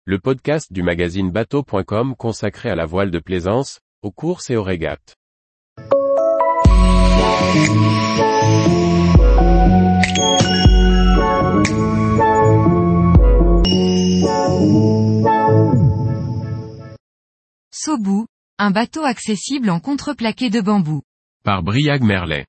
le podcast du magazine bateau.com consacré à la voile de plaisance, aux courses et aux régates. Sobou, un bateau accessible en contreplaqué de bambou. Par Briag Merlet.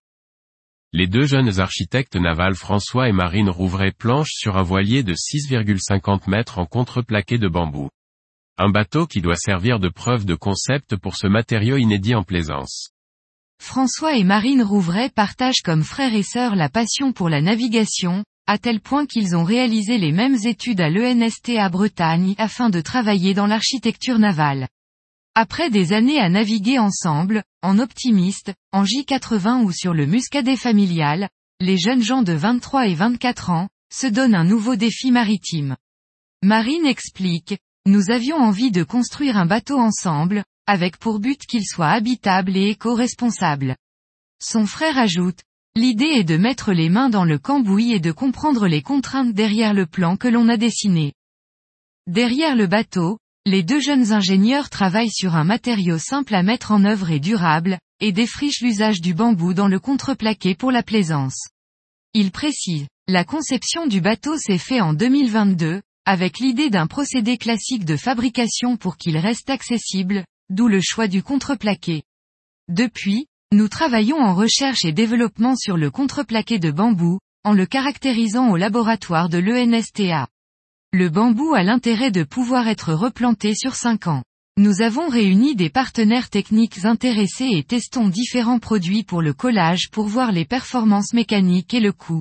Les deux jeunes architectes navals François et Marine Rouvray planchent sur un voilier de 6,50 mètres en contreplaqué de bambou. Un bateau qui doit servir de preuve de concept pour ce matériau inédit en plaisance. François et Marine Rouvray partagent comme frères et sœurs la passion pour la navigation, à tel point qu'ils ont réalisé les mêmes études à l'ENSTA Bretagne afin de travailler dans l'architecture navale. Après des années à naviguer ensemble, en optimiste, en J80 ou sur le Muscadet familial, les jeunes gens de 23 et 24 ans, se donnent un nouveau défi maritime. Marine explique, nous avions envie de construire un bateau ensemble, avec pour but qu'il soit habitable et éco-responsable. Son frère ajoute, l'idée est de mettre les mains dans le cambouis et de comprendre les contraintes derrière le plan que l'on a dessiné. Derrière le bateau, les deux jeunes ingénieurs travaillent sur un matériau simple à mettre en œuvre et durable, et défrichent l'usage du bambou dans le contreplaqué pour la plaisance. Il précise, la conception du bateau s'est fait en 2022, avec l'idée d'un procédé classique de fabrication pour qu'il reste accessible, d'où le choix du contreplaqué. Depuis, nous travaillons en recherche et développement sur le contreplaqué de bambou, en le caractérisant au laboratoire de l'ENSTA. Le bambou a l'intérêt de pouvoir être replanté sur 5 ans. Nous avons réuni des partenaires techniques intéressés et testons différents produits pour le collage pour voir les performances mécaniques et le coût.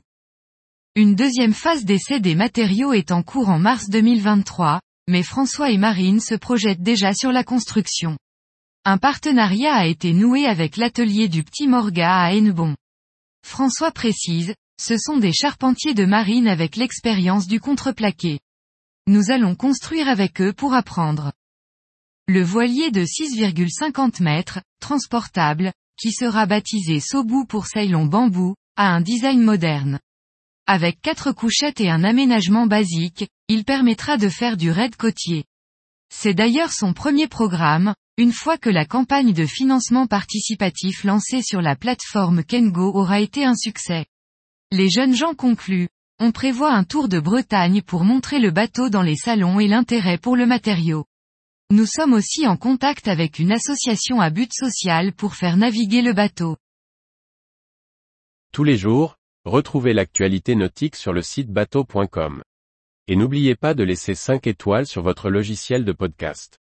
Une deuxième phase d'essai des matériaux est en cours en mars 2023, mais François et Marine se projettent déjà sur la construction. Un partenariat a été noué avec l'atelier du Petit Morga à Hennebont. François précise, ce sont des charpentiers de marine avec l'expérience du contreplaqué. Nous allons construire avec eux pour apprendre. Le voilier de 6,50 mètres, transportable, qui sera baptisé Sobou pour Ceylon Bambou, a un design moderne. Avec 4 couchettes et un aménagement basique, il permettra de faire du raid côtier. C'est d'ailleurs son premier programme, une fois que la campagne de financement participatif lancée sur la plateforme Kengo aura été un succès. Les jeunes gens concluent. On prévoit un tour de Bretagne pour montrer le bateau dans les salons et l'intérêt pour le matériau. Nous sommes aussi en contact avec une association à but social pour faire naviguer le bateau. Tous les jours, retrouvez l'actualité nautique sur le site bateau.com. Et n'oubliez pas de laisser 5 étoiles sur votre logiciel de podcast.